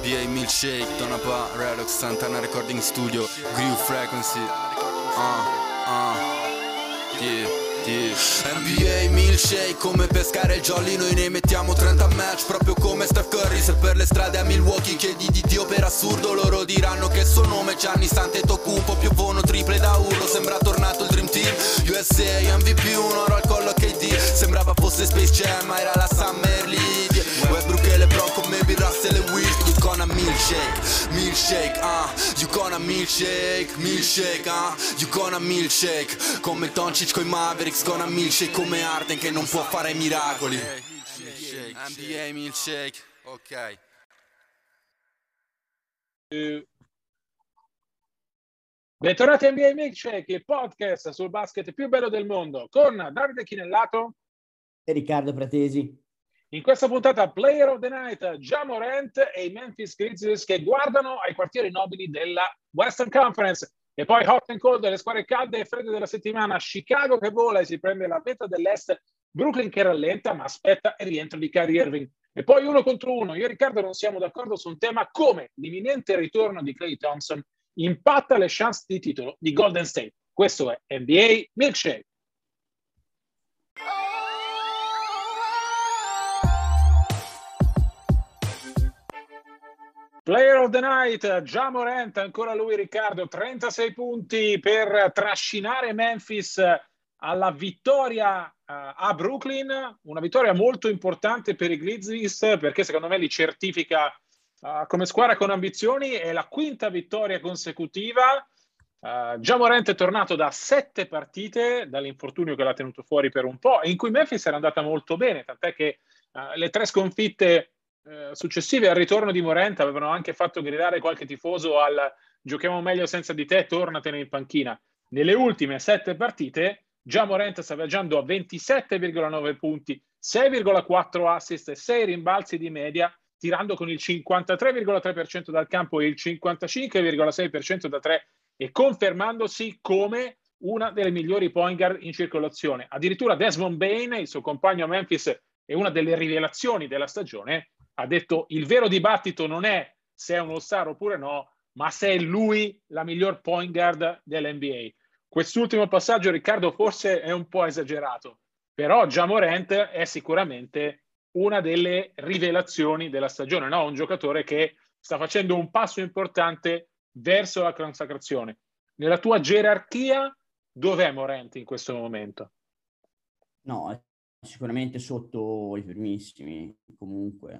NBA Milkshake, Tonapa, Relox, Santana Recording Studio, Groove Frequency. NBA Milkshake, come pescare il jolly, noi ne mettiamo 30 a match, proprio come Steph Curry. Se per le strade a Milwaukee chiedi di Dio per assurdo, loro diranno che il suo nome è Gianni Antetokounmpo. Piovono triple da urlo, sembra tornato il Dream Team. USA MVP, un oro al collo KD, sembrava fosse Space Jam ma era la Summer League. Westbrook e LeBron come Bill Russell e Wilt. You gonna milkshake, milkshake, you gonna milkshake, milkshake, you gonna milkshake. Come Doncic coi Mavericks, gonna milkshake come Harden che non può fare miracoli. NBA milkshake, ok. Bentornati a NBA Milkshake, il podcast sul basket più bello del mondo, con Davide Chinellato e Riccardo Pratesi. In questa puntata Player of the Night, Ja Morant e i Memphis Grizzlies che guardano ai quartieri nobili della Western Conference. E poi hot and cold, le squadre calde e fredde della settimana, Chicago che vola e si prende la vetta dell'Est, Brooklyn che rallenta ma aspetta il rientro di Kyrie Irving. E poi 1 contro 1, io e Riccardo non siamo d'accordo su un tema come l'imminente ritorno di Klay Thompson impatta le chance di titolo di Golden State. Questo è NBA Milkshake. Player of the Night, Ja Morant, ancora lui Riccardo, 36 punti per trascinare Memphis alla vittoria a Brooklyn, una vittoria molto importante per i Grizzlies perché secondo me li certifica come squadra con ambizioni, è la 5ª vittoria consecutiva. Ja Morant è tornato da 7 partite dall'infortunio che l'ha tenuto fuori per un po' e in cui Memphis era andata molto bene, tant'è che le 3 sconfitte successive al ritorno di Morant avevano anche fatto gridare qualche tifoso al giochiamo meglio senza di te, tornatene in panchina. Nelle ultime 7 partite Ja Morant sta viaggiando a 27,9 punti, 6,4 assist e 6 rimbalzi di media, tirando con il 53,3% dal campo e il 55,6% da 3 e confermandosi come una delle migliori point guard in circolazione. Addirittura Desmond Bane, il suo compagno a Memphis e una delle rivelazioni della stagione, ha detto il vero dibattito non è se è un all-star oppure no, ma se è lui la miglior point guard dell'NBA. Quest'ultimo passaggio, Riccardo, forse è un po' esagerato, però Ja Morant è sicuramente una delle rivelazioni della stagione, no? Un giocatore che sta facendo un passo importante verso la consacrazione. Nella tua gerarchia, dov'è Morant in questo momento? No, sicuramente sotto i primissimi, comunque.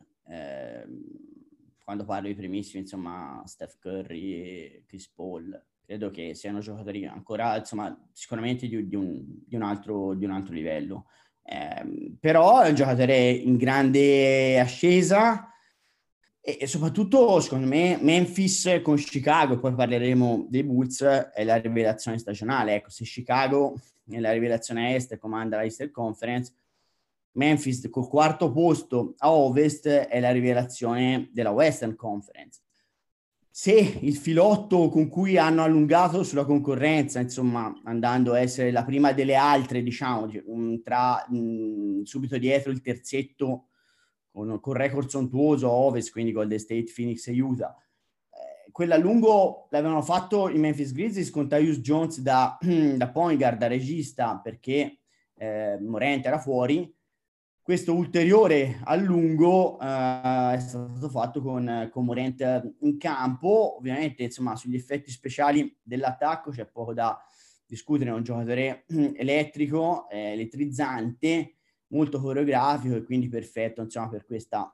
Quando parlo di primissimi, insomma, Steph Curry e Chris Paul, credo che siano giocatori ancora, insomma, sicuramente di un altro livello. Però è un giocatore in grande ascesa e soprattutto, secondo me, Memphis con Chicago, poi parleremo dei Bulls, è la rivelazione stagionale. Ecco, se Chicago è la rivelazione est e comanda la Eastern Conference, Memphis col 4º posto a Ovest è la rivelazione della Western Conference. Se il filotto con cui hanno allungato sulla concorrenza, insomma, andando a essere la prima delle altre, diciamo, subito dietro il terzetto con record sontuoso a Ovest, quindi Golden State, Phoenix e Utah, quella lungo l'avevano fatto i Memphis Grizzlies con Tyus Jones da point guard, da regista, perché Morant era fuori. Questo ulteriore allungo è stato fatto con Morant in campo. Ovviamente, insomma, sugli effetti speciali dell'attacco c'è poco da discutere. È un giocatore elettrico, elettrizzante, molto coreografico e quindi perfetto, insomma, per questa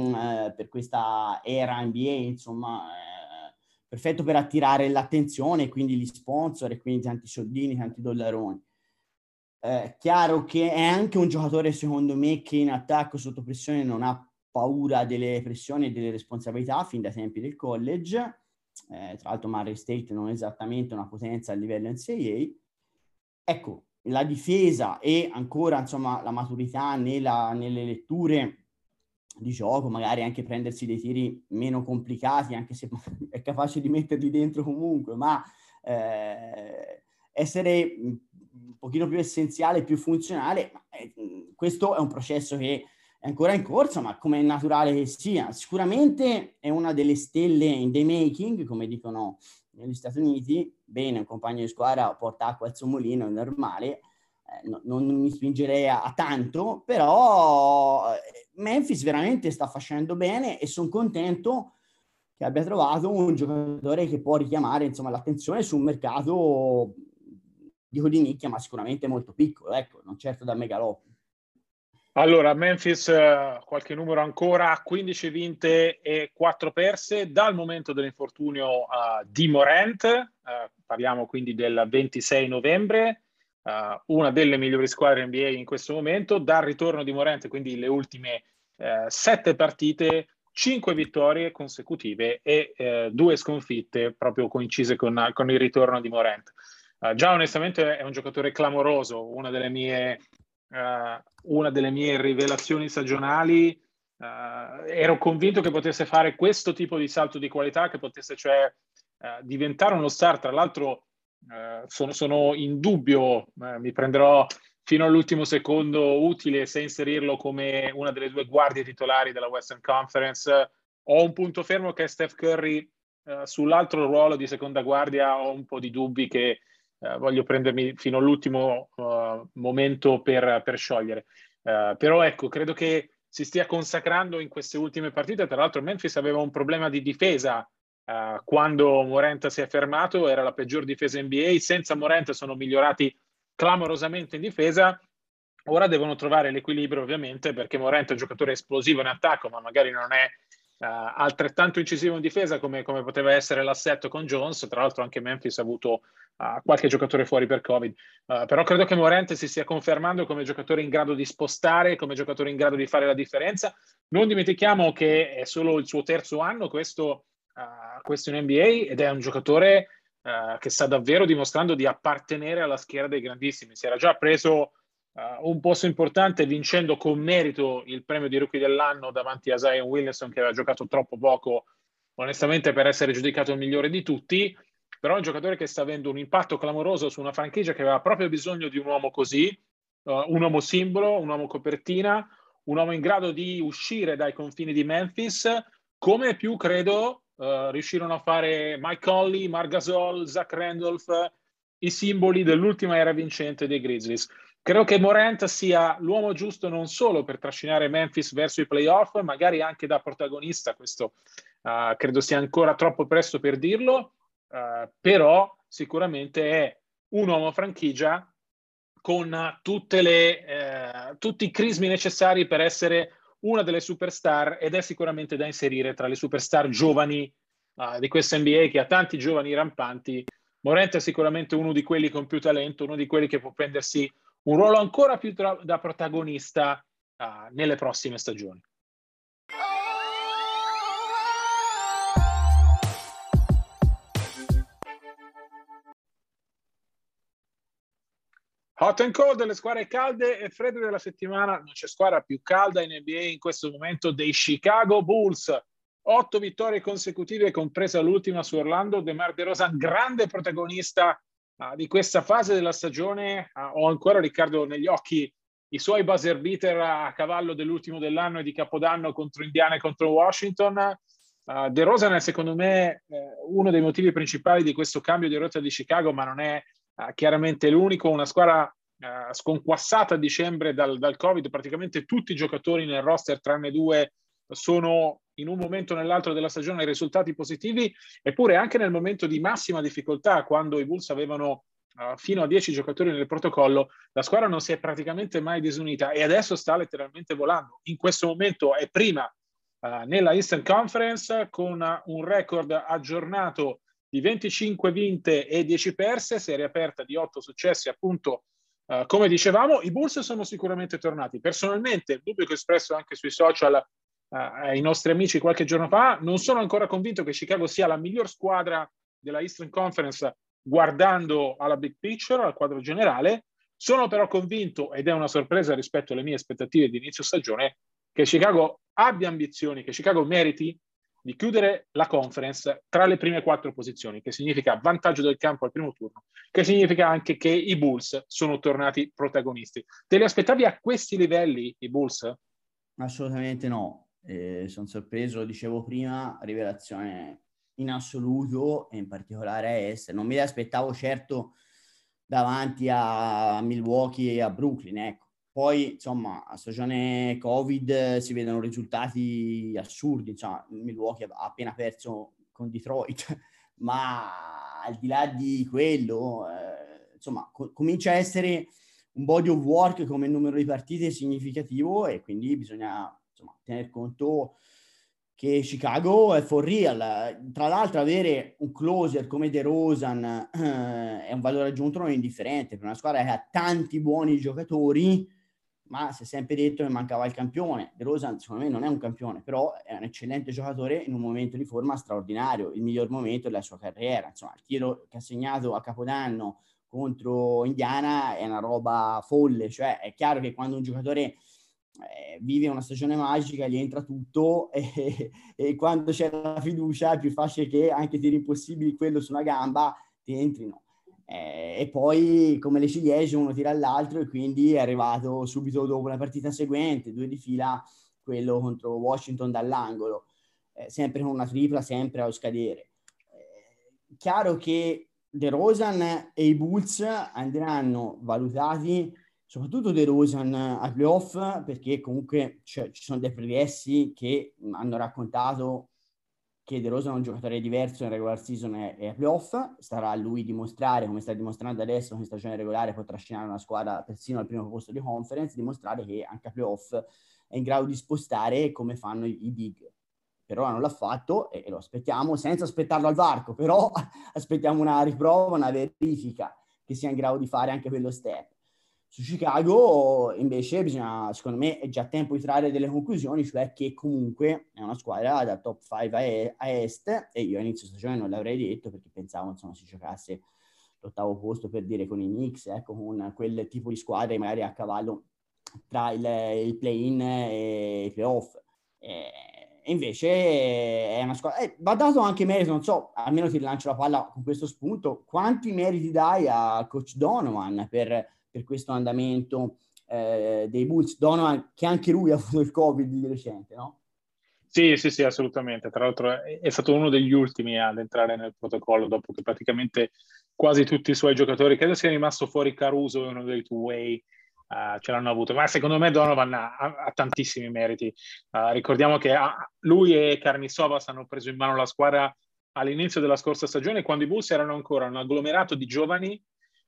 era NBA, insomma, perfetto per attirare l'attenzione e quindi gli sponsor e quindi tanti soldini, tanti dollaroni. Chiaro che è anche un giocatore, secondo me, che in attacco sotto pressione non ha paura delle pressioni e delle responsabilità fin dai tempi del college. Tra l'altro Murray State non è esattamente una potenza a livello NCAA. Ecco, la difesa e ancora, insomma, la maturità nelle letture di gioco, magari anche prendersi dei tiri meno complicati, anche se è capace di metterli dentro comunque, ma essere un pochino più essenziale, più funzionale. Questo è un processo che è ancora in corsa, ma come è naturale che sia. Sicuramente è una delle stelle in the making, come dicono negli Stati Uniti. Bene, un compagno di squadra porta acqua al suo mulino, è normale. Non mi spingerei a tanto, però Memphis veramente sta facendo bene e sono contento che abbia trovato un giocatore che può richiamare, insomma, l'attenzione su un mercato, dico di nicchia, ma sicuramente molto piccolo, ecco, non certo da megalopo. Allora, Memphis, qualche numero ancora, 15 vinte e 4 perse dal momento dell'infortunio di Morant, parliamo quindi del 26 novembre, una delle migliori squadre NBA in questo momento. Dal ritorno di Morant, quindi le ultime 7 partite, 5 vittorie consecutive e 2 sconfitte proprio coincise con il ritorno di Morant. Già onestamente è un giocatore clamoroso, una delle mie rivelazioni stagionali. Ero convinto che potesse fare questo tipo di salto di qualità, che potesse cioè diventare uno star. Tra l'altro sono in dubbio, mi prenderò fino all'ultimo secondo utile se inserirlo come una delle 2 guardie titolari della Western Conference. Ho un punto fermo che è Steph Curry. Sull'altro ruolo di seconda guardia ho un po' di dubbi che voglio prendermi fino all'ultimo momento per sciogliere. Però ecco, credo che si stia consacrando in queste ultime partite. Tra l'altro Memphis aveva un problema di difesa quando Morant si è fermato, era la peggior difesa NBA. Senza Morant sono migliorati clamorosamente in difesa. Ora devono trovare l'equilibrio, ovviamente, perché Morant è un giocatore esplosivo in attacco, ma magari non è altrettanto incisivo in difesa come poteva essere l'assetto con Jones. Tra l'altro anche Memphis ha avuto qualche giocatore fuori per Covid, però credo che Morant si stia confermando come giocatore in grado di spostare, come giocatore in grado di fare la differenza. Non dimentichiamo che è solo il suo 3° anno questo in NBA ed è un giocatore che sta davvero dimostrando di appartenere alla schiera dei grandissimi. Si era già preso un posto importante vincendo con merito il premio di rookie dell'anno davanti a Zion Williamson, che aveva giocato troppo poco onestamente per essere giudicato il migliore di tutti. Però è un giocatore che sta avendo un impatto clamoroso su una franchigia che aveva proprio bisogno di un uomo così, un uomo simbolo, un uomo copertina, un uomo in grado di uscire dai confini di Memphis, come più credo riuscirono a fare Mike Conley, Marc Gasol, Zach Randolph, i simboli dell'ultima era vincente dei Grizzlies. Credo che Morant sia l'uomo giusto non solo per trascinare Memphis verso i playoff, magari anche da protagonista. Questo credo sia ancora troppo presto per dirlo, però sicuramente è un uomo franchigia con tutti i crismi necessari per essere una delle superstar, ed è sicuramente da inserire tra le superstar giovani di questa NBA, che ha tanti giovani rampanti. Morant è sicuramente uno di quelli con più talento, uno di quelli che può prendersi un ruolo ancora più da protagonista nelle prossime stagioni. Hot and cold, le squadre calde e fredde della settimana. Non c'è squadra più calda in NBA in questo momento dei Chicago Bulls. 8 vittorie consecutive, compresa l'ultima su Orlando. DeMar DeRozan, grande protagonista di questa fase della stagione. Ho ancora, Riccardo, negli occhi i suoi buzzer beater a cavallo dell'ultimo dell'anno e di Capodanno contro Indiana e contro Washington. DeRozan è secondo me uno dei motivi principali di questo cambio di rotta di Chicago, ma non è chiaramente l'unico. Una squadra sconquassata a dicembre dal Covid. Praticamente tutti i giocatori nel roster, tranne 2, sono in un momento o nell'altro della stagione risultati positivi, eppure anche nel momento di massima difficoltà, quando i Bulls avevano fino a 10 giocatori nel protocollo, la squadra non si è praticamente mai disunita e adesso sta letteralmente volando. In questo momento è prima nella Eastern Conference con un record aggiornato di 25 vinte e 10 perse, serie aperta di 8 successi, appunto. Come dicevamo, i Bulls sono sicuramente tornati. Personalmente, il dubbio che ho espresso anche sui social ai nostri amici qualche giorno fa, non sono ancora convinto che Chicago sia la miglior squadra della Eastern Conference guardando alla big picture, al quadro generale. Sono però convinto, ed è una sorpresa rispetto alle mie aspettative di inizio stagione, che Chicago abbia ambizioni, che Chicago meriti di chiudere la conference tra le prime 4 posizioni, che significa vantaggio del campo al primo turno, che significa anche che i Bulls sono tornati protagonisti. Te li aspettavi a questi livelli, i Bulls? Assolutamente no. Sono sorpreso, dicevo prima, rivelazione in assoluto e in particolare a est. Non me le aspettavo certo davanti a Milwaukee e a Brooklyn, ecco. Poi, insomma, a stagione Covid si vedono risultati assurdi. Insomma, Milwaukee ha appena perso con Detroit, ma al di là di quello, insomma, comincia a essere un body of work come numero di partite significativo, e quindi bisogna, insomma, tener conto che Chicago è for real. Tra l'altro avere un closer come DeRozan è un valore aggiunto non indifferente per una squadra che ha tanti buoni giocatori, ma si è sempre detto che mancava il campione. DeRozan secondo me non è un campione, però è un eccellente giocatore in un momento di forma straordinario, il miglior momento della sua carriera. Insomma, il tiro che ha segnato a Capodanno contro Indiana è una roba folle. Cioè è chiaro che quando un giocatore vive una stagione magica gli entra tutto, e quando c'è la fiducia è più facile che anche tiri impossibili, quello su una gamba, ti entrino. E poi come le ciliegie uno tira all'altro, e quindi è arrivato subito dopo la partita seguente, 2 di fila, quello contro Washington dall'angolo, sempre con una tripla, sempre allo scadere. Chiaro che DeRozan e i Bulls andranno valutati, soprattutto DeRozan ai playoff, perché comunque ci sono dei progressi che hanno raccontato che DeRozan è un giocatore diverso in regular season e ai playoff. Starà a lui dimostrare, come sta dimostrando adesso, che in stagione regolare può trascinare una squadra persino al primo posto di conference, dimostrare che anche a playoff è in grado di spostare come fanno i big. Per ora non l'ha fatto e lo aspettiamo, senza aspettarlo al varco, però aspettiamo una riprova, una verifica che sia in grado di fare anche quello step. Su Chicago invece bisogna, secondo me, è già tempo di trarre delle conclusioni, cioè che comunque è una squadra da top 5 a est, e io a inizio stagione non l'avrei detto perché pensavo, insomma, si giocasse l'8º posto, per dire, con i Knicks, ecco, con quel tipo di squadre magari a cavallo tra il play-in e i playoff. E invece è una squadra, va dato anche merito, non so, almeno ti lancio la palla con questo spunto, quanti meriti dai a coach Donovan per questo andamento dei Bulls? Donovan, che anche lui ha avuto il Covid di recente, no? Sì, assolutamente. Tra l'altro è stato uno degli ultimi ad entrare nel protocollo, dopo che praticamente quasi tutti i suoi giocatori, credo sia rimasto fuori Caruso, uno dei two-way, ce l'hanno avuto. Ma secondo me Donovan ha tantissimi meriti. Ricordiamo che lui e Karnisovas hanno preso in mano la squadra all'inizio della scorsa stagione, quando i Bulls erano ancora un agglomerato di giovani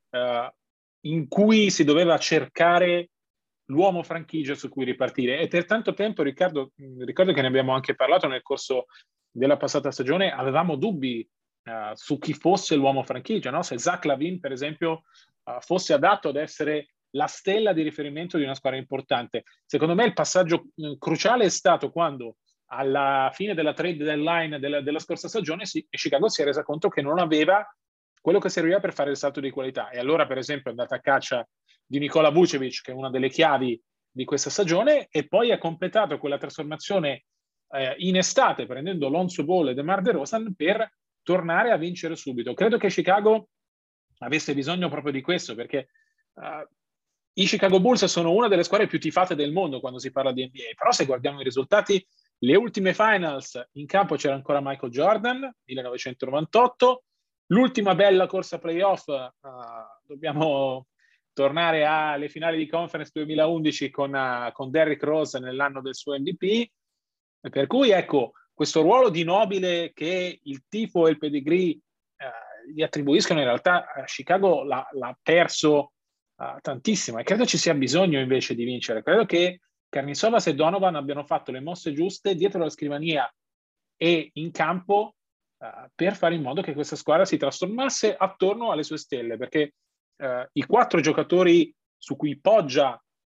in cui si doveva cercare l'uomo franchigia su cui ripartire. E per tanto tempo, ricordo che ne abbiamo anche parlato nel corso della passata stagione, avevamo dubbi su chi fosse l'uomo franchigia, no? Se Zach LaVine, per esempio, fosse adatto ad essere la stella di riferimento di una squadra importante. Secondo me il passaggio cruciale è stato quando alla fine della trade deadline della scorsa stagione Chicago si è resa conto che non aveva quello che serviva per fare il salto di qualità, e allora per esempio è andata a caccia di Nikola Vucevic, che è una delle chiavi di questa stagione, e poi ha completato quella trasformazione in estate prendendo Lonzo Ball e DeMar DeRozan per tornare a vincere subito. Credo che Chicago avesse bisogno proprio di questo, perché i Chicago Bulls sono una delle squadre più tifate del mondo quando si parla di NBA, però se guardiamo i risultati, le ultime finals in campo c'era ancora Michael Jordan, 1998, l'ultima bella corsa playoff, dobbiamo tornare alle finali di conference 2011 con Derrick Rose nell'anno del suo MVP, per cui ecco, questo ruolo di nobile che il tifo e il pedigree gli attribuiscono, in realtà Chicago l'ha perso tantissimo, e credo ci sia bisogno invece di vincere. Credo che Karnisovas e Donovan abbiano fatto le mosse giuste dietro la scrivania e in campo per fare in modo che questa squadra si trasformasse attorno alle sue stelle, perché i 4 giocatori su cui poggia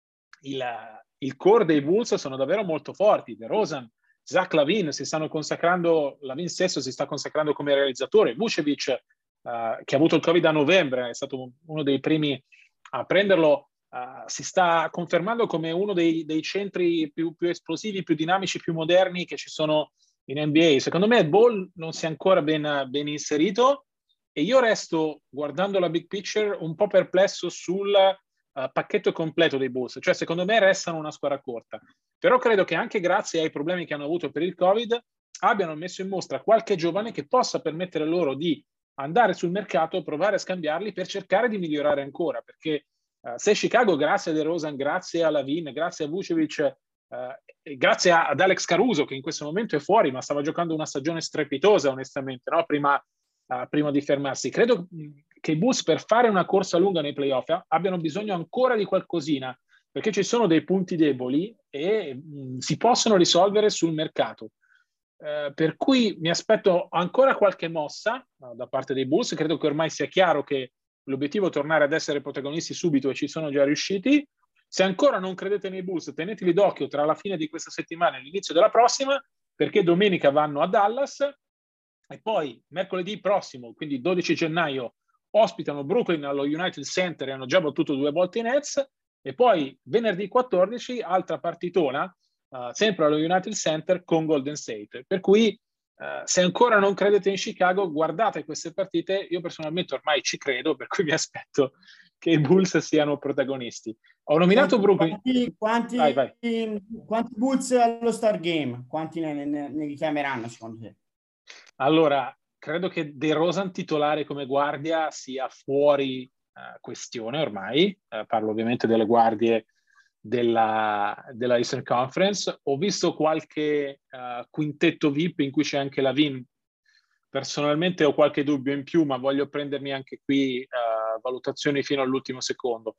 il core dei Bulls sono davvero molto forti. DeRozan, Zach LaVine si stanno consacrando, LaVine stesso si sta consacrando come realizzatore, Vucevic che ha avuto il Covid a novembre, è stato uno dei primi a prenderlo, si sta confermando come uno dei centri più esplosivi, più dinamici, più moderni che ci sono in NBA. Secondo me il Ball non si è ancora ben inserito, e io resto, guardando la big picture, un po' perplesso sul pacchetto completo dei Bulls. Cioè, secondo me restano una squadra corta, però credo che anche grazie ai problemi che hanno avuto per il Covid abbiano messo in mostra qualche giovane che possa permettere loro di andare sul mercato, provare a scambiarli per cercare di migliorare ancora, perché se Chicago, grazie a DeRozan, grazie a Lavin, grazie a Vucevic, grazie ad Alex Caruso, che in questo momento è fuori, ma stava giocando una stagione strepitosa, onestamente, no? Prima di fermarsi. Credo che i Bulls, per fare una corsa lunga nei playoff, abbiano bisogno ancora di qualcosina, perché ci sono dei punti deboli e si possono risolvere sul mercato. Per cui mi aspetto ancora qualche mossa da parte dei Bulls. Credo che ormai sia chiaro che l'obiettivo è tornare ad essere protagonisti subito e ci sono già riusciti. Se ancora non credete nei Bulls, teneteli d'occhio tra la fine di questa settimana e l'inizio della prossima, perché domenica vanno a Dallas e poi mercoledì prossimo, quindi 12 gennaio, ospitano Brooklyn allo United Center e hanno già battuto 2 volte i Nets, e poi venerdì 14 altra partitona, sempre allo United Center con Golden State. Per cui se ancora non credete in Chicago, guardate queste partite. Io personalmente ormai ci credo, per cui mi aspetto che i Bulls siano protagonisti. Ho nominato Brooklyn. Quanti Bulls allo Star Game? Quanti ne richiameranno secondo te? Allora, credo che DeRozan titolare come guardia sia fuori questione ormai. Parlo ovviamente delle guardie della Eastern Conference. Ho visto qualche quintetto VIP in cui c'è anche Lavin. Personalmente ho qualche dubbio in più, ma voglio prendermi anche qui valutazioni fino all'ultimo secondo.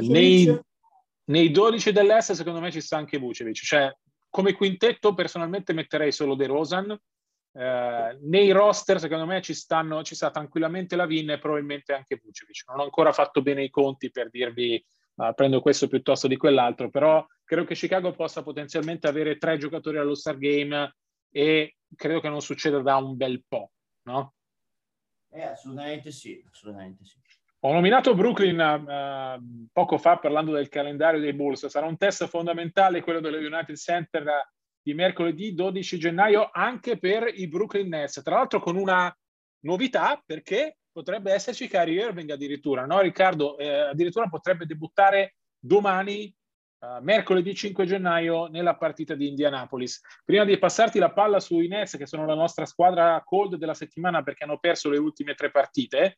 Nei 12 dell'Est secondo me ci sta anche Vucevic. Cioè, come quintetto personalmente metterei solo DeRozan. Nei roster secondo me ci sta tranquillamente Lavin e probabilmente anche Vucevic. Non ho ancora fatto bene i conti per dirvi prendo questo piuttosto di quell'altro, però credo che Chicago possa potenzialmente avere 3 giocatori allo Star Game e credo che non succeda da un bel po', no? Assolutamente sì, assolutamente sì. Ho nominato Brooklyn poco fa parlando del calendario dei Bulls. Sarà un test fondamentale quello dello United Center di mercoledì 12 gennaio anche per i Brooklyn Nets, tra l'altro con una novità, perché potrebbe esserci Kyrie Irving addirittura, no Riccardo? Addirittura potrebbe debuttare domani, mercoledì 5 gennaio, nella partita di Indianapolis. Prima di passarti la palla sui Nets, che sono la nostra squadra cold della settimana perché hanno perso le ultime 3 partite,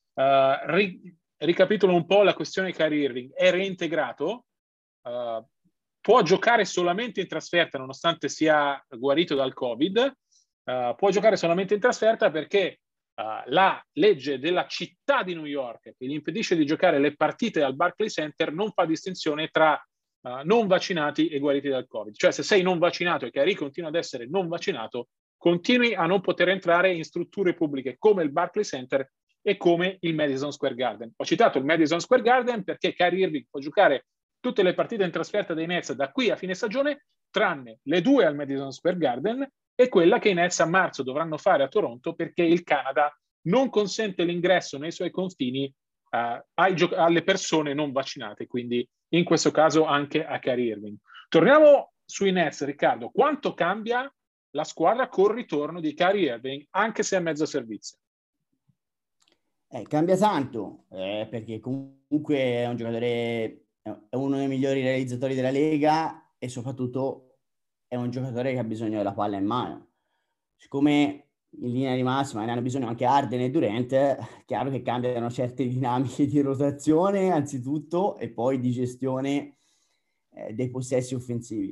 ricapitolo un po' la questione Kyrie Irving. È reintegrato, può giocare solamente in trasferta nonostante sia guarito dal Covid, può giocare solamente in trasferta perché la legge della città di New York, che gli impedisce di giocare le partite al Barclays Center, non fa distinzione tra non vaccinati e guariti dal Covid. Cioè, se sei non vaccinato e Kyrie continua ad essere non vaccinato, continui a non poter entrare in strutture pubbliche come il Barclays Center e come il Madison Square Garden. Ho citato il Madison Square Garden perché Kyrie Irving può giocare tutte le partite in trasferta dei Nets da qui a fine stagione, tranne le 2 al Madison Square Garden e quella che i Nets a marzo dovranno fare a Toronto, perché il Canada non consente l'ingresso nei suoi confini alle persone non vaccinate, quindi in questo caso anche a Kyrie Irving. Torniamo sui Nets, Riccardo. Quanto cambia la squadra col ritorno di Kyrie Irving, anche se a mezzo servizio? Cambia tanto, perché comunque è un giocatore, è uno dei migliori realizzatori della Lega e soprattutto è un giocatore che ha bisogno della palla in mano. Siccome in linea di massima ne hanno bisogno anche Harden e Durant, chiaro che cambiano certe dinamiche di rotazione anzitutto e poi di gestione dei possessi offensivi.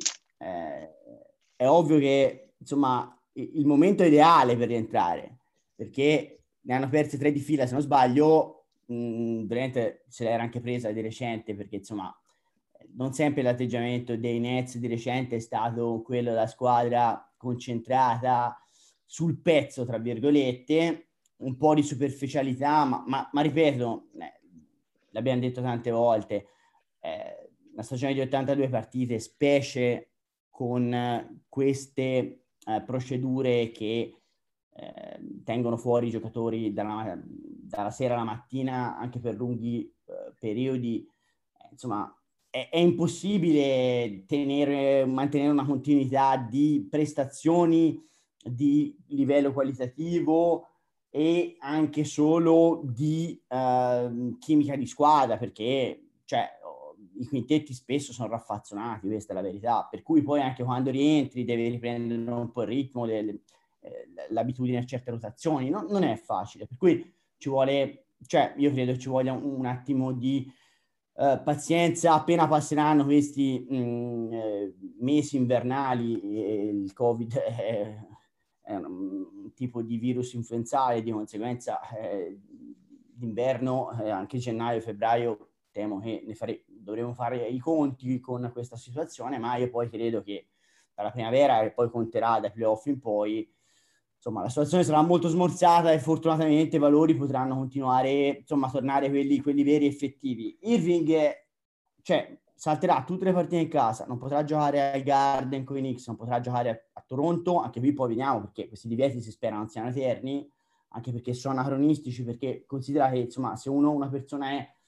È ovvio che insomma il momento è ideale per rientrare, perché ne hanno perse 3 di fila se non sbaglio. Durant se l'era anche presa di recente, perché insomma non sempre l'atteggiamento dei Nets di recente è stato quello della squadra concentrata sul pezzo, tra virgolette, un po' di superficialità, ma ripeto, l'abbiamo detto tante volte, una stagione di 82 partite, specie con queste procedure che tengono fuori i giocatori dalla sera alla mattina anche per lunghi periodi, insomma è impossibile mantenere una continuità di prestazioni di livello qualitativo e anche solo di chimica di squadra, perché cioè, i quintetti spesso sono raffazzonati, questa è la verità, per cui poi anche quando rientri devi riprendere un po' il ritmo, l'abitudine a certe rotazioni, non è facile, per cui ci vuole, cioè io credo ci voglia un attimo di pazienza. Appena passeranno questi mesi invernali, il Covid è un tipo di virus influenzale, di conseguenza d'inverno, anche gennaio e febbraio, temo che dovremo fare i conti con questa situazione, ma io poi credo che dalla primavera, che poi conterà dai playoff in poi, insomma, la situazione sarà molto smorzata e fortunatamente i valori potranno continuare, insomma, a tornare quelli veri e effettivi. Irving, cioè, salterà tutte le partite in casa, non potrà giocare al Garden con i Knicks, non potrà giocare a Toronto, anche qui poi vediamo, perché questi divieti si sperano non siano eterni, anche perché sono anacronistici, perché considera che, insomma, se una persona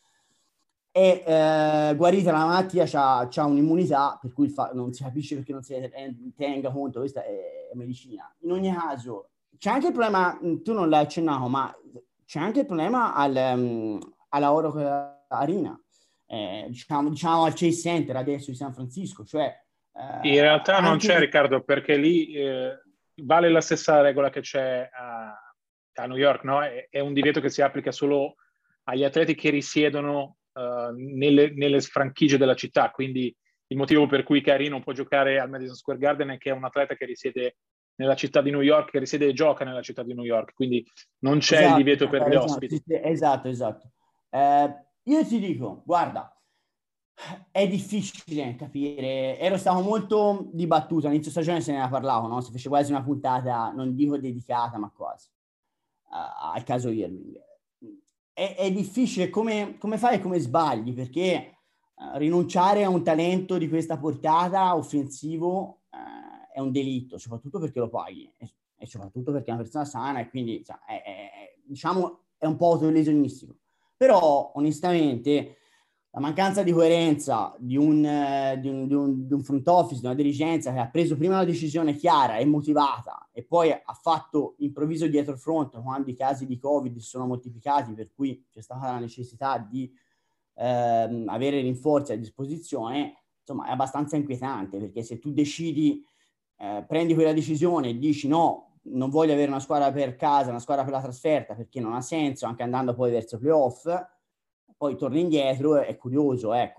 è guarita dalla malattia, c'ha un'immunità, per cui non si capisce perché non si tenga conto, questa è medicina. In ogni caso, c'è anche il problema, tu non l'hai accennato, ma c'è anche il problema alla Oracle Arena, diciamo al Chase Center adesso di San Francisco, cioè in realtà non c'è, Riccardo, perché lì vale la stessa regola che c'è a New York, no? È un divieto che si applica solo agli atleti che risiedono nelle franchigie della città, quindi il motivo per cui Kyrie non può giocare al Madison Square Garden è che è un atleta che risiede nella città di New York, che risiede e gioca nella città di New York, quindi non c'è il divieto per gli ospiti. Esatto. Io ti dico, guarda, è difficile capire, ero stato molto dibattuto, all'inizio stagione se ne era parlato, no? Si fece quasi una puntata, non dico dedicata, ma quasi, al caso Irving. È difficile come fai e come sbagli, perché rinunciare a un talento di questa portata offensivo è un delitto, soprattutto perché lo paghi e soprattutto perché è una persona sana e quindi diciamo è un po' autolesionistico. Però onestamente la mancanza di coerenza di un front office, di una dirigenza che ha preso prima una decisione chiara e motivata e poi ha fatto improvviso dietro front quando i casi di Covid si sono moltiplicati, per cui c'è stata la necessità di avere rinforzi a disposizione, insomma è abbastanza inquietante, perché se tu decidi, prendi quella decisione e dici no, non voglio avere una squadra per casa, una squadra per la trasferta, perché non ha senso, anche andando poi verso playoff, poi torni indietro, è curioso, ecco.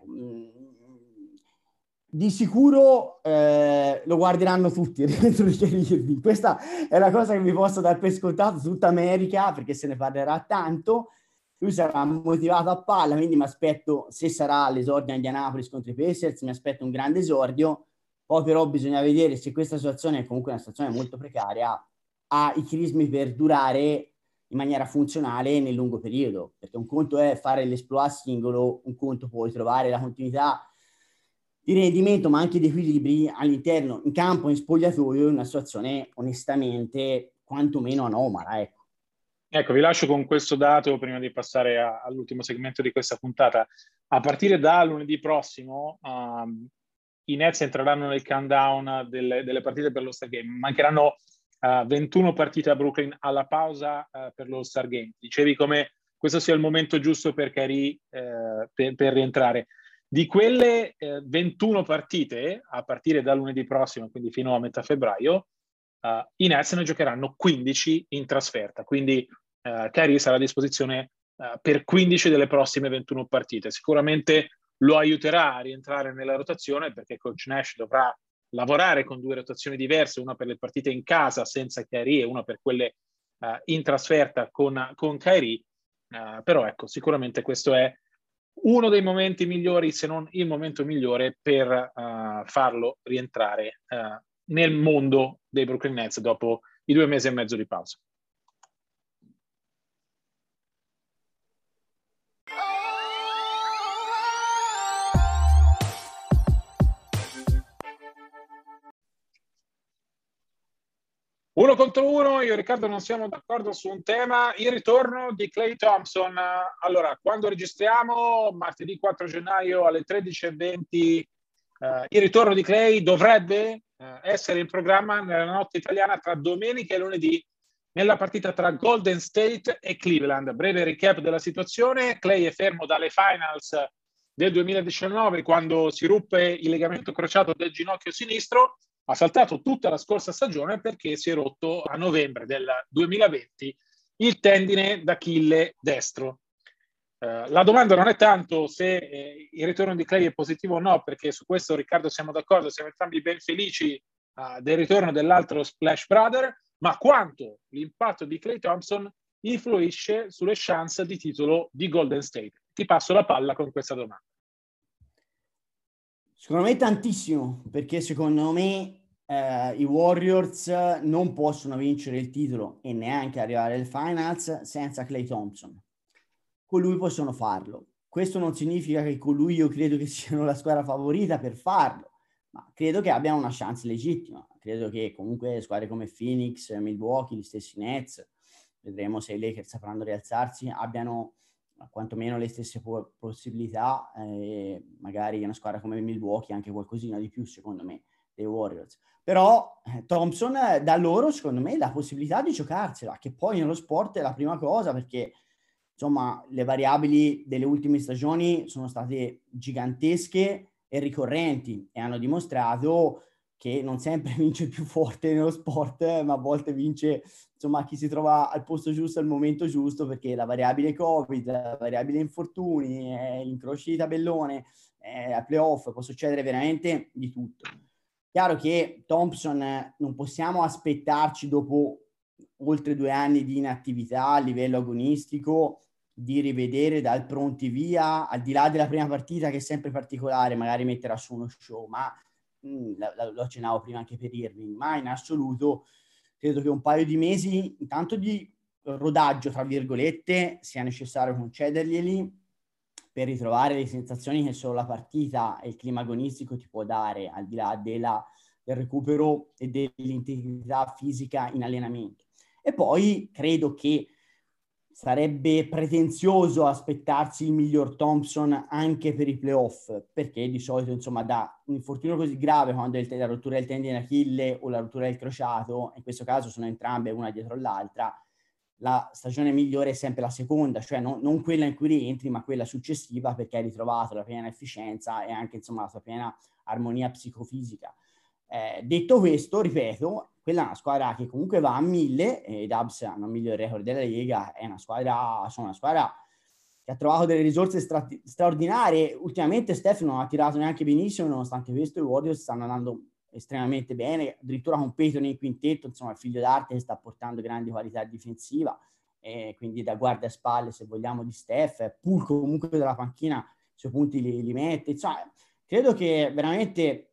Di sicuro lo guarderanno tutti dentro di Irving. Questa è la cosa che vi posso dar per scontato su tutta America, perché se ne parlerà tanto. Lui sarà motivato a palla, quindi mi aspetto, se sarà l'esordio a Indianapolis contro i Pacers, mi aspetto un grande esordio. Poi però bisogna vedere se questa situazione, è comunque una situazione molto precaria, ha i crismi per durare in maniera funzionale nel lungo periodo, perché un conto è fare l'esploit singolo, un conto poi trovare la continuità di rendimento ma anche di equilibri all'interno, in campo, in spogliatoio, in una situazione onestamente quantomeno anomala, ecco. Ecco, vi lascio con questo dato prima di passare all'ultimo segmento di questa puntata. A partire da lunedì prossimo i Nets entreranno nel countdown delle partite per l'All-Star Game. Mancheranno 21 partite a Brooklyn alla pausa per l'All-Star Game. Dicevi come questo sia il momento giusto per Kyrie per rientrare. Di quelle 21 partite, a partire da lunedì prossimo, quindi fino a metà febbraio, i Nets ne giocheranno 15 in trasferta, quindi Kyrie sarà a disposizione per 15 delle prossime 21 partite. Sicuramente lo aiuterà a rientrare nella rotazione, perché Coach Nash dovrà lavorare con 2 rotazioni diverse, una per le partite in casa senza Kyrie e una per quelle in trasferta con Kyrie, però ecco, sicuramente questo è uno dei momenti migliori, se non il momento migliore, per farlo rientrare nel mondo dei Brooklyn Nets dopo i 2 mesi e mezzo di pausa. Uno contro uno, io e Riccardo non siamo d'accordo su un tema, il ritorno di Klay Thompson. Allora, quando registriamo, martedì 4 gennaio alle 13:20, il ritorno di Klay dovrebbe essere in programma nella notte italiana tra domenica e lunedì, nella partita tra Golden State e Cleveland. Breve recap della situazione: Klay è fermo dalle finals del 2019, quando si ruppe il legamento crociato del ginocchio sinistro, ha saltato tutta la scorsa stagione perché si è rotto a novembre del 2020 il tendine d'Achille destro. La domanda non è tanto se il ritorno di Klay è positivo o no, perché su questo, Riccardo, siamo d'accordo, siamo entrambi ben felici del ritorno dell'altro Splash Brother, ma quanto l'impatto di Klay Thompson influisce sulle chance di titolo di Golden State. Ti passo la palla con questa domanda. Secondo me tantissimo, perché secondo me i Warriors non possono vincere il titolo e neanche arrivare al finals senza Klay Thompson. Con lui possono farlo. Questo non significa che con lui io credo che siano la squadra favorita per farlo, ma credo che abbiano una chance legittima. Credo che comunque squadre come Phoenix, Milwaukee, gli stessi Nets, vedremo se i Lakers sapranno rialzarsi, abbiano quantomeno le stesse possibilità, magari una squadra come Milwaukee anche qualcosina di più, secondo me, dei Warriors. Però Thompson dà loro, secondo me, la possibilità di giocarsela, che poi nello sport è la prima cosa, perché insomma le variabili delle ultime stagioni sono state gigantesche e ricorrenti e hanno dimostrato che non sempre vince il più forte nello sport, ma a volte vince insomma chi si trova al posto giusto al momento giusto, perché la variabile Covid, la variabile infortuni, l'incroci di tabellone, a playoff, può succedere veramente di tutto. Chiaro che Thompson non possiamo aspettarci dopo oltre 2 anni di inattività a livello agonistico di rivedere dal pronti via, al di là della prima partita che è sempre particolare, magari metterà su uno show, ma lo accennavo prima anche per Irving, ma in assoluto credo che un paio di mesi intanto di rodaggio, tra virgolette, sia necessario concederglieli per ritrovare le sensazioni che solo la partita e il clima agonistico ti può dare, al di là del recupero e dell'integrità fisica in allenamento. E poi credo che sarebbe pretenzioso aspettarsi il miglior Thompson anche per i playoff, perché di solito, insomma, da un infortunio così grave, quando è la rottura del tendine d'Achille o la rottura del crociato, in questo caso sono entrambe una dietro l'altra, la stagione migliore è sempre la seconda, cioè non quella in cui rientri, ma quella successiva, perché hai ritrovato la piena efficienza e anche, insomma, la tua piena armonia psicofisica. Detto questo, ripeto, quella è una squadra che comunque va a 1000 e i Dubs hanno il miglior record della Lega, è una squadra che ha trovato delle risorse straordinarie. Ultimamente Steph non ha tirato neanche benissimo, nonostante questo i Warriors stanno andando estremamente bene, addirittura con Peyton in quintetto, insomma il figlio d'arte che sta portando grandi qualità difensiva, quindi da guardaespalle, se vogliamo, di Steph. Poole comunque dalla panchina i suoi punti li mette, insomma credo che veramente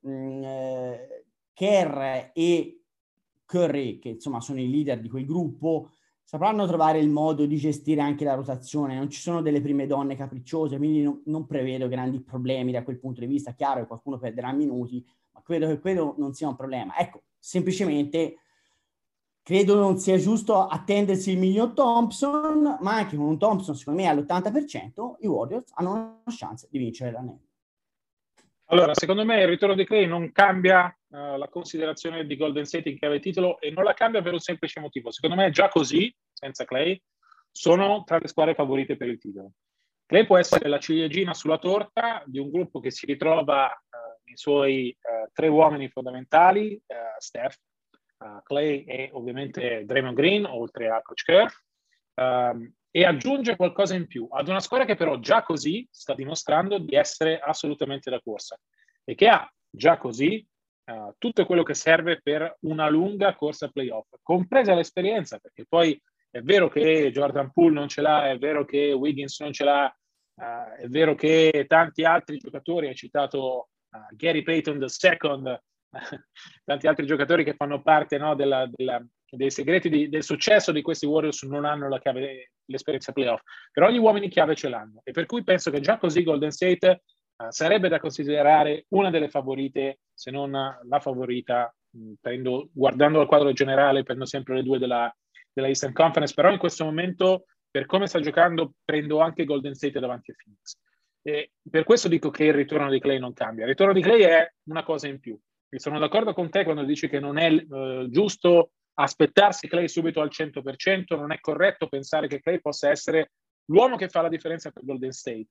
Kerr e Curry, che insomma sono i leader di quel gruppo, sapranno trovare il modo di gestire anche la rotazione. Non ci sono delle prime donne capricciose, quindi non prevedo grandi problemi da quel punto di vista. Chiaro che qualcuno perderà minuti, ma credo che quello non sia un problema. Ecco, semplicemente credo non sia giusto attendersi il miglior Thompson, ma anche con un Thompson secondo me all'80% i Warriors hanno una chance di vincere l'anello. Allora, secondo me il ritorno di Klay non cambia la considerazione di Golden State in chiave titolo, e non la cambia per un semplice motivo. Secondo me già così, senza Klay, sono tra le squadre favorite per il titolo. Klay può essere la ciliegina sulla torta di un gruppo che si ritrova nei suoi 3 uomini fondamentali, Steph, Klay e ovviamente Draymond Green, oltre a Coach Kerr, e aggiunge qualcosa in più ad una squadra che però già così sta dimostrando di essere assolutamente da corsa e che ha già così tutto quello che serve per una lunga corsa playoff, compresa l'esperienza, perché poi è vero che Jordan Poole non ce l'ha, è vero che Wiggins non ce l'ha, è vero che tanti altri giocatori, hai citato Gary Payton II, tanti altri giocatori che fanno parte, no, dei segreti del successo di questi Warriors non hanno la chiave, l'esperienza playoff, però gli uomini chiave ce l'hanno, e per cui penso che già così Golden State sarebbe da considerare una delle favorite, se non la favorita. Guardando al quadro generale, prendo sempre le 2 della Eastern Conference, però in questo momento, per come sta giocando, prendo anche Golden State davanti a Phoenix, e per questo dico che il ritorno di Klay non cambia. Il ritorno di Klay è una cosa in più, e sono d'accordo con te quando dici che non è giusto aspettarsi Klay subito al 100%, non è corretto pensare che Klay possa essere l'uomo che fa la differenza per Golden State.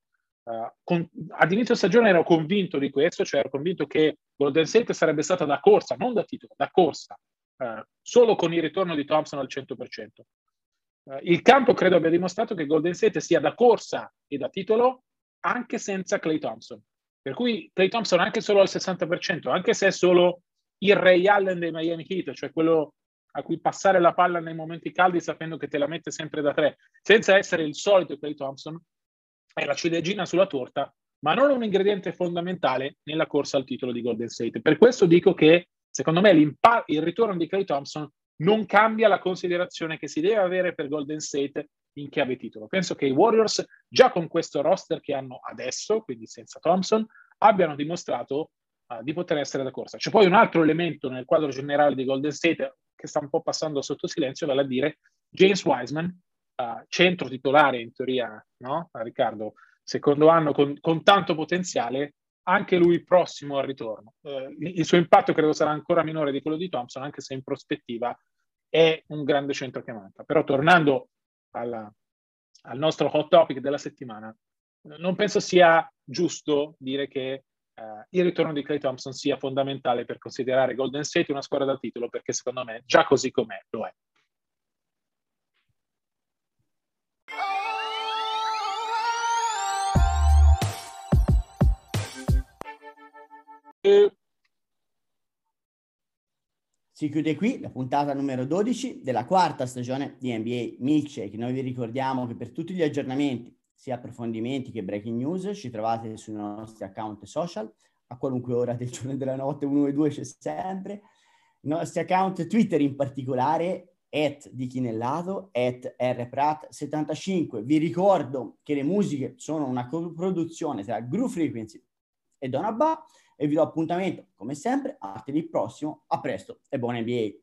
ad inizio stagione ero convinto di questo, cioè ero convinto che Golden State sarebbe stata da corsa, non da titolo, da corsa, solo con il ritorno di Thompson al 100%. Il campo credo abbia dimostrato che Golden State sia da corsa e da titolo anche senza Klay Thompson. Per cui Klay Thompson anche solo al 60%, anche se è solo il Ray Allen dei Miami Heat, cioè quello a cui passare la palla nei momenti caldi sapendo che te la mette sempre da tre, senza essere il solito Klay Thompson, è la ciliegina sulla torta, ma non un ingrediente fondamentale nella corsa al titolo di Golden State. Per questo dico che, secondo me, il ritorno di Klay Thompson non cambia la considerazione che si deve avere per Golden State in chiave titolo. Penso che i Warriors, già con questo roster che hanno adesso, quindi senza Thompson, abbiano dimostrato di poter essere da corsa. C'è poi un altro elemento nel quadro generale di Golden State che sta un po' passando sotto silenzio, vale a dire James Wiseman, centro titolare in teoria, no? Riccardo, secondo anno con tanto potenziale, anche lui prossimo al ritorno. Il suo impatto credo sarà ancora minore di quello di Thompson, anche se in prospettiva è un grande centro che manca. Però tornando al nostro hot topic della settimana, non penso sia giusto dire che il ritorno di Klay Thompson sia fondamentale per considerare Golden State una squadra da titolo, perché secondo me già così com'è lo è. Si chiude qui la puntata numero 12 della quarta stagione di NBA Milkshake. Noi vi ricordiamo che per tutti gli aggiornamenti, sia approfondimenti che breaking news, ci trovate sui nostri account social, a qualunque ora del giorno e della notte, 1 e 2 c'è sempre. I nostri account Twitter in particolare, @dichinellato, @rprat75. Vi ricordo che le musiche sono una coproduzione tra Groove Frequency e Donabà, e vi do appuntamento, come sempre, a martedì prossimo. A presto e buona NBA!